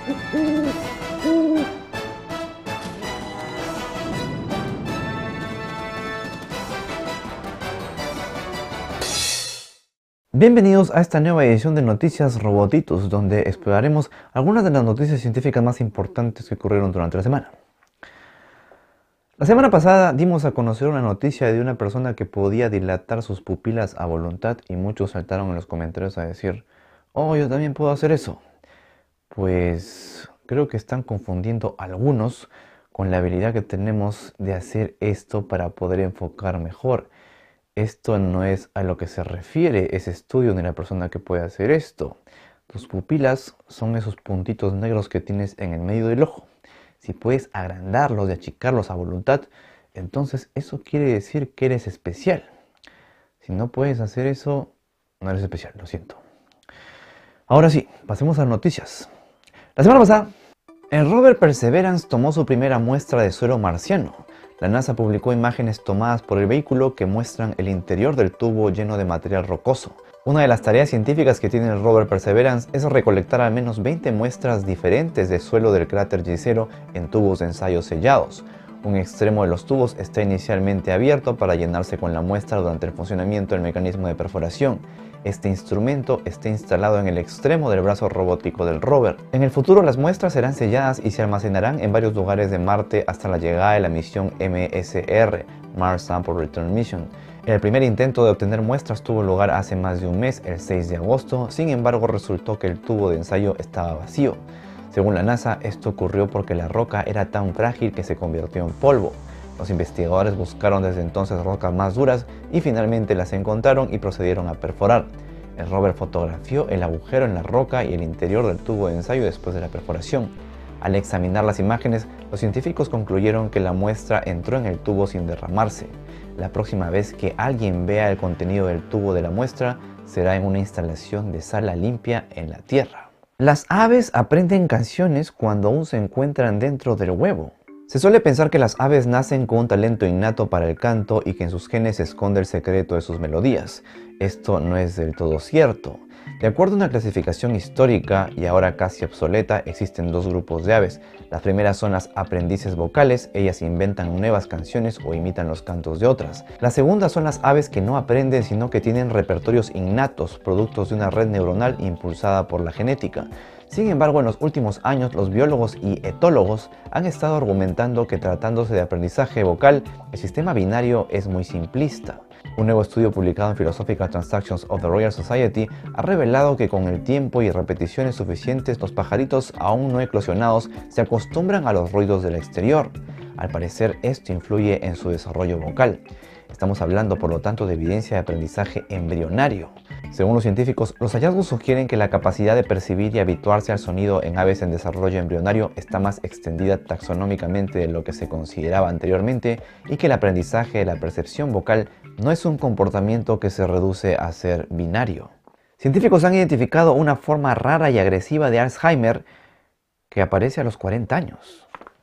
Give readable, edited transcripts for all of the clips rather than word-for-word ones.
Bienvenidos a esta nueva edición de Noticias Robotitos, donde exploraremos algunas de las noticias científicas más importantes que ocurrieron durante la semana. La semana pasada dimos a conocer una noticia de una persona que podía dilatar sus pupilas a voluntad y muchos saltaron en los comentarios a decir: "Oh, yo también puedo hacer eso". Pues creo que están confundiendo a algunos con la habilidad que tenemos de hacer esto para poder enfocar mejor. Esto no es a lo que se refiere ese estudio de la persona que puede hacer esto. Tus pupilas son esos puntitos negros que tienes en el medio del ojo. Si puedes agrandarlos y achicarlos a voluntad, entonces eso quiere decir que eres especial. Si no puedes hacer eso, no eres especial, lo siento. Ahora sí, pasemos a las noticias. La semana pasada, el rover Perseverance tomó su primera muestra de suelo marciano. La NASA publicó imágenes tomadas por el vehículo que muestran el interior del tubo lleno de material rocoso. Una de las tareas científicas que tiene el rover Perseverance es recolectar al menos 20 muestras diferentes de suelo del cráter Jezero en tubos de ensayo sellados. Un extremo de los tubos está inicialmente abierto para llenarse con la muestra durante el funcionamiento del mecanismo de perforación. Este instrumento está instalado en el extremo del brazo robótico del rover. En el futuro las muestras serán selladas y se almacenarán en varios lugares de Marte hasta la llegada de la misión MSR, Mars Sample Return Mission. El primer intento de obtener muestras tuvo lugar hace más de un mes, el 6 de agosto, sin embargo resultó que el tubo de ensayo estaba vacío. Según la NASA, esto ocurrió porque la roca era tan frágil que se convirtió en polvo. Los investigadores buscaron desde entonces rocas más duras y finalmente las encontraron y procedieron a perforar. El rover fotografió el agujero en la roca y el interior del tubo de ensayo después de la perforación. Al examinar las imágenes, los científicos concluyeron que la muestra entró en el tubo sin derramarse. La próxima vez que alguien vea el contenido del tubo de la muestra, será en una instalación de sala limpia en la Tierra. Las aves aprenden canciones cuando aún se encuentran dentro del huevo. Se suele pensar que las aves nacen con un talento innato para el canto y que en sus genes se esconde el secreto de sus melodías. Esto no es del todo cierto. De acuerdo a una clasificación histórica y ahora casi obsoleta, existen dos grupos de aves. Las primeras son las aprendices vocales, ellas inventan nuevas canciones o imitan los cantos de otras. Las segundas son las aves que no aprenden sino que tienen repertorios innatos, productos de una red neuronal impulsada por la genética. Sin embargo, en los últimos años, los biólogos y etólogos han estado argumentando que tratándose de aprendizaje vocal, el sistema binario es muy simplista. Un nuevo estudio publicado en Philosophical Transactions of the Royal Society ha revelado que con el tiempo y repeticiones suficientes, los pajaritos aún no eclosionados se acostumbran a los ruidos del exterior. Al parecer, esto influye en su desarrollo vocal. Estamos hablando, por lo tanto, de evidencia de aprendizaje embrionario. Según los científicos, los hallazgos sugieren que la capacidad de percibir y habituarse al sonido en aves en desarrollo embrionario está más extendida taxonómicamente de lo que se consideraba anteriormente y que el aprendizaje de la percepción vocal no es un comportamiento que se reduce a ser binario. Científicos han identificado una forma rara y agresiva de Alzheimer que aparece a los 40 años.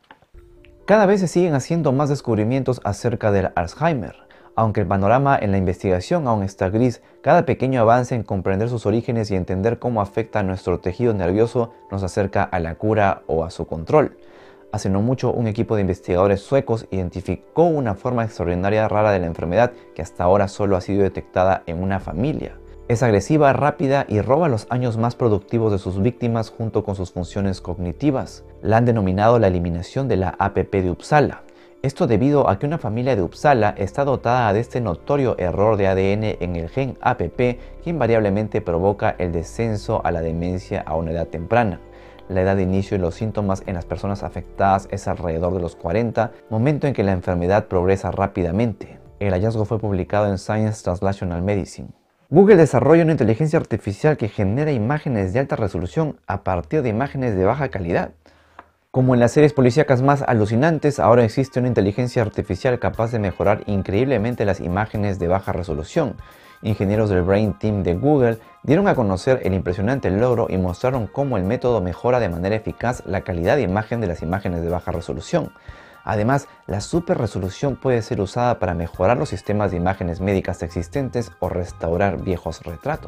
Cada vez se siguen haciendo más descubrimientos acerca del Alzheimer. Aunque el panorama en la investigación aún está gris, cada pequeño avance en comprender sus orígenes y entender cómo afecta a nuestro tejido nervioso nos acerca a la cura o a su control. Hace no mucho, un equipo de investigadores suecos identificó una forma extraordinaria rara de la enfermedad que hasta ahora solo ha sido detectada en una familia. Es agresiva, rápida y roba los años más productivos de sus víctimas junto con sus funciones cognitivas. La han denominado la eliminación de la APP de Uppsala. Esto debido a que una familia de Uppsala está dotada de este notorio error de ADN en el gen APP que invariablemente provoca el descenso a la demencia a una edad temprana. La edad de inicio de los síntomas en las personas afectadas es alrededor de los 40, momento en que la enfermedad progresa rápidamente. El hallazgo fue publicado en Science Translational Medicine. Google desarrolla una inteligencia artificial que genera imágenes de alta resolución a partir de imágenes de baja calidad. Como en las series policíacas más alucinantes, ahora existe una inteligencia artificial capaz de mejorar increíblemente las imágenes de baja resolución. Ingenieros del Brain Team de Google dieron a conocer el impresionante logro y mostraron cómo el método mejora de manera eficaz la calidad de imagen de las imágenes de baja resolución. Además, la superresolución puede ser usada para mejorar los sistemas de imágenes médicas existentes o restaurar viejos retratos.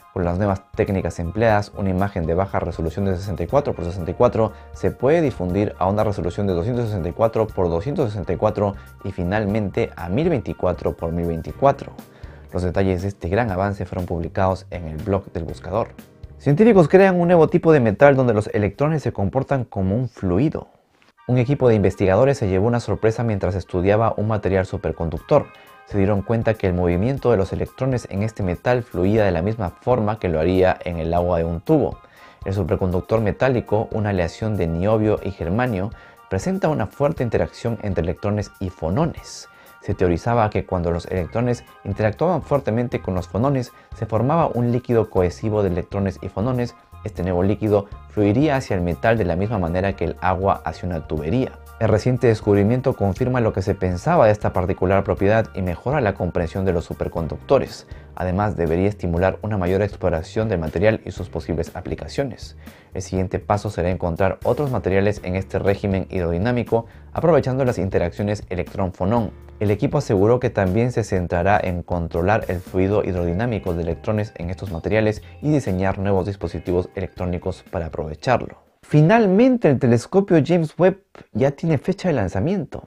Con las nuevas técnicas empleadas, una imagen de baja resolución de 64 por 64 se puede difundir a una resolución de 264 por 264 y finalmente a 1024 por 1024. Los detalles de este gran avance fueron publicados en el blog del buscador. Científicos crean un nuevo tipo de metal donde los electrones se comportan como un fluido. Un equipo de investigadores se llevó una sorpresa mientras estudiaba un material superconductor. Se dieron cuenta que el movimiento de los electrones en este metal fluía de la misma forma que lo haría en el agua de un tubo. El superconductor metálico, una aleación de niobio y germanio, presenta una fuerte interacción entre electrones y fonones. Se teorizaba que cuando los electrones interactuaban fuertemente con los fonones, se formaba un líquido cohesivo de electrones y fonones. Este nuevo líquido fluiría hacia el metal de la misma manera que el agua hacia una tubería. El reciente descubrimiento confirma lo que se pensaba de esta particular propiedad y mejora la comprensión de los superconductores. Además, debería estimular una mayor exploración del material y sus posibles aplicaciones. El siguiente paso será encontrar otros materiales en este régimen hidrodinámico, aprovechando las interacciones electrón-fonón. El equipo aseguró que también se centrará en controlar el fluido hidrodinámico de electrones en estos materiales y diseñar nuevos dispositivos electrónicos para aprovecharlo. Finalmente, el telescopio James Webb ya tiene fecha de lanzamiento.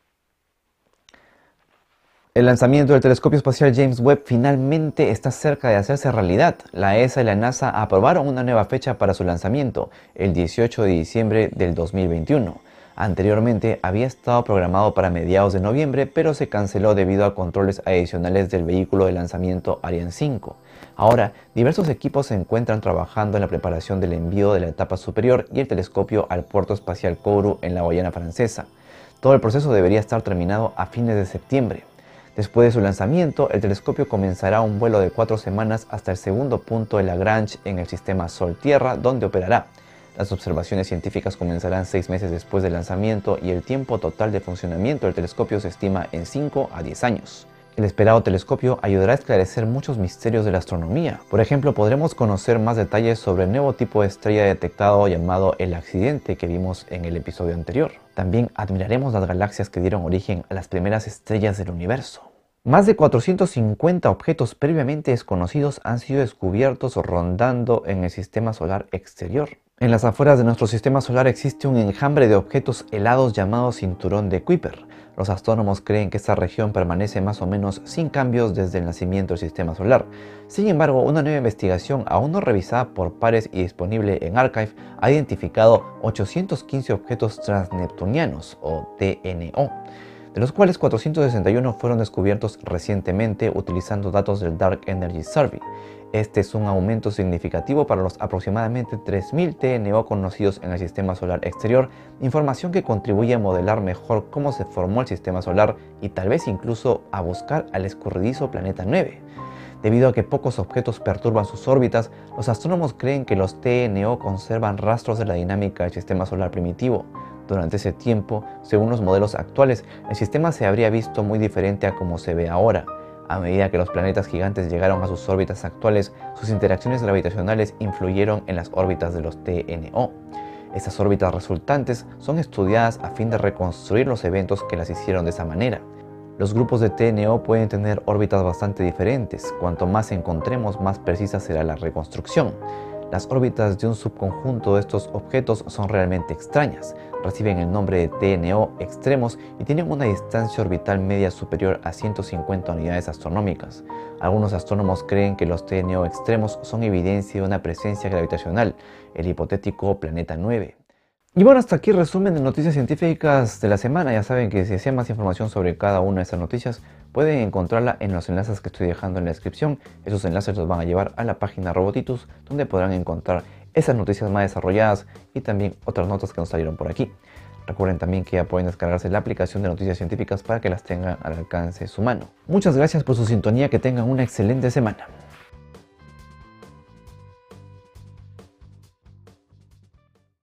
El lanzamiento del telescopio espacial James Webb finalmente está cerca de hacerse realidad. La ESA y la NASA aprobaron una nueva fecha para su lanzamiento, el 18 de diciembre del 2021. Anteriormente había estado programado para mediados de noviembre, pero se canceló debido a controles adicionales del vehículo de lanzamiento Ariane 5. Ahora, diversos equipos se encuentran trabajando en la preparación del envío de la etapa superior y el telescopio al puerto espacial Kourou en la Guayana Francesa. Todo el proceso debería estar terminado a fines de septiembre. Después de su lanzamiento, el telescopio comenzará un vuelo de 4 semanas hasta el segundo punto de Lagrange en el sistema Sol-Tierra, donde operará. Las observaciones científicas comenzarán 6 meses después del lanzamiento y el tiempo total de funcionamiento del telescopio se estima en 5 a 10 años. El esperado telescopio ayudará a esclarecer muchos misterios de la astronomía. Por ejemplo, podremos conocer más detalles sobre el nuevo tipo de estrella detectado llamado el accidente que vimos en el episodio anterior. También admiraremos las galaxias que dieron origen a las primeras estrellas del universo. Más de 450 objetos previamente desconocidos han sido descubiertos rondando en el sistema solar exterior. En las afueras de nuestro sistema solar existe un enjambre de objetos helados llamado cinturón de Kuiper. Los astrónomos creen que esta región permanece más o menos sin cambios desde el nacimiento del sistema solar. Sin embargo, una nueva investigación aún no revisada por pares y disponible en Archive ha identificado 815 objetos transneptunianos o TNO, de los cuales 461 fueron descubiertos recientemente utilizando datos del Dark Energy Survey. Este es un aumento significativo para los aproximadamente 3.000 TNO conocidos en el sistema solar exterior, información que contribuye a modelar mejor cómo se formó el sistema solar y tal vez incluso a buscar al escurridizo planeta 9. Debido a que pocos objetos perturban sus órbitas, los astrónomos creen que los TNO conservan rastros de la dinámica del sistema solar primitivo. Durante ese tiempo, según los modelos actuales, el sistema se habría visto muy diferente a como se ve ahora. A medida que los planetas gigantes llegaron a sus órbitas actuales, sus interacciones gravitacionales influyeron en las órbitas de los TNO. Estas órbitas resultantes son estudiadas a fin de reconstruir los eventos que las hicieron de esa manera. Los grupos de TNO pueden tener órbitas bastante diferentes. Cuanto más encontremos, más precisa será la reconstrucción. Las órbitas de un subconjunto de estos objetos son realmente extrañas. Reciben el nombre de TNO extremos y tienen una distancia orbital media superior a 150 unidades astronómicas. Algunos astrónomos creen que los TNO extremos son evidencia de una presencia gravitacional, el hipotético planeta 9. Y bueno, hasta aquí el resumen de noticias científicas de la semana. Ya saben que si desean más información sobre cada una de estas noticias, pueden encontrarla en los enlaces que estoy dejando en la descripción. Esos enlaces los van a llevar a la página Robotitus, donde podrán encontrar esas noticias más desarrolladas y también otras notas que nos salieron por aquí. Recuerden también que ya pueden descargarse la aplicación de noticias científicas para que las tengan al alcance de su mano. Muchas gracias por su sintonía, que tengan una excelente semana.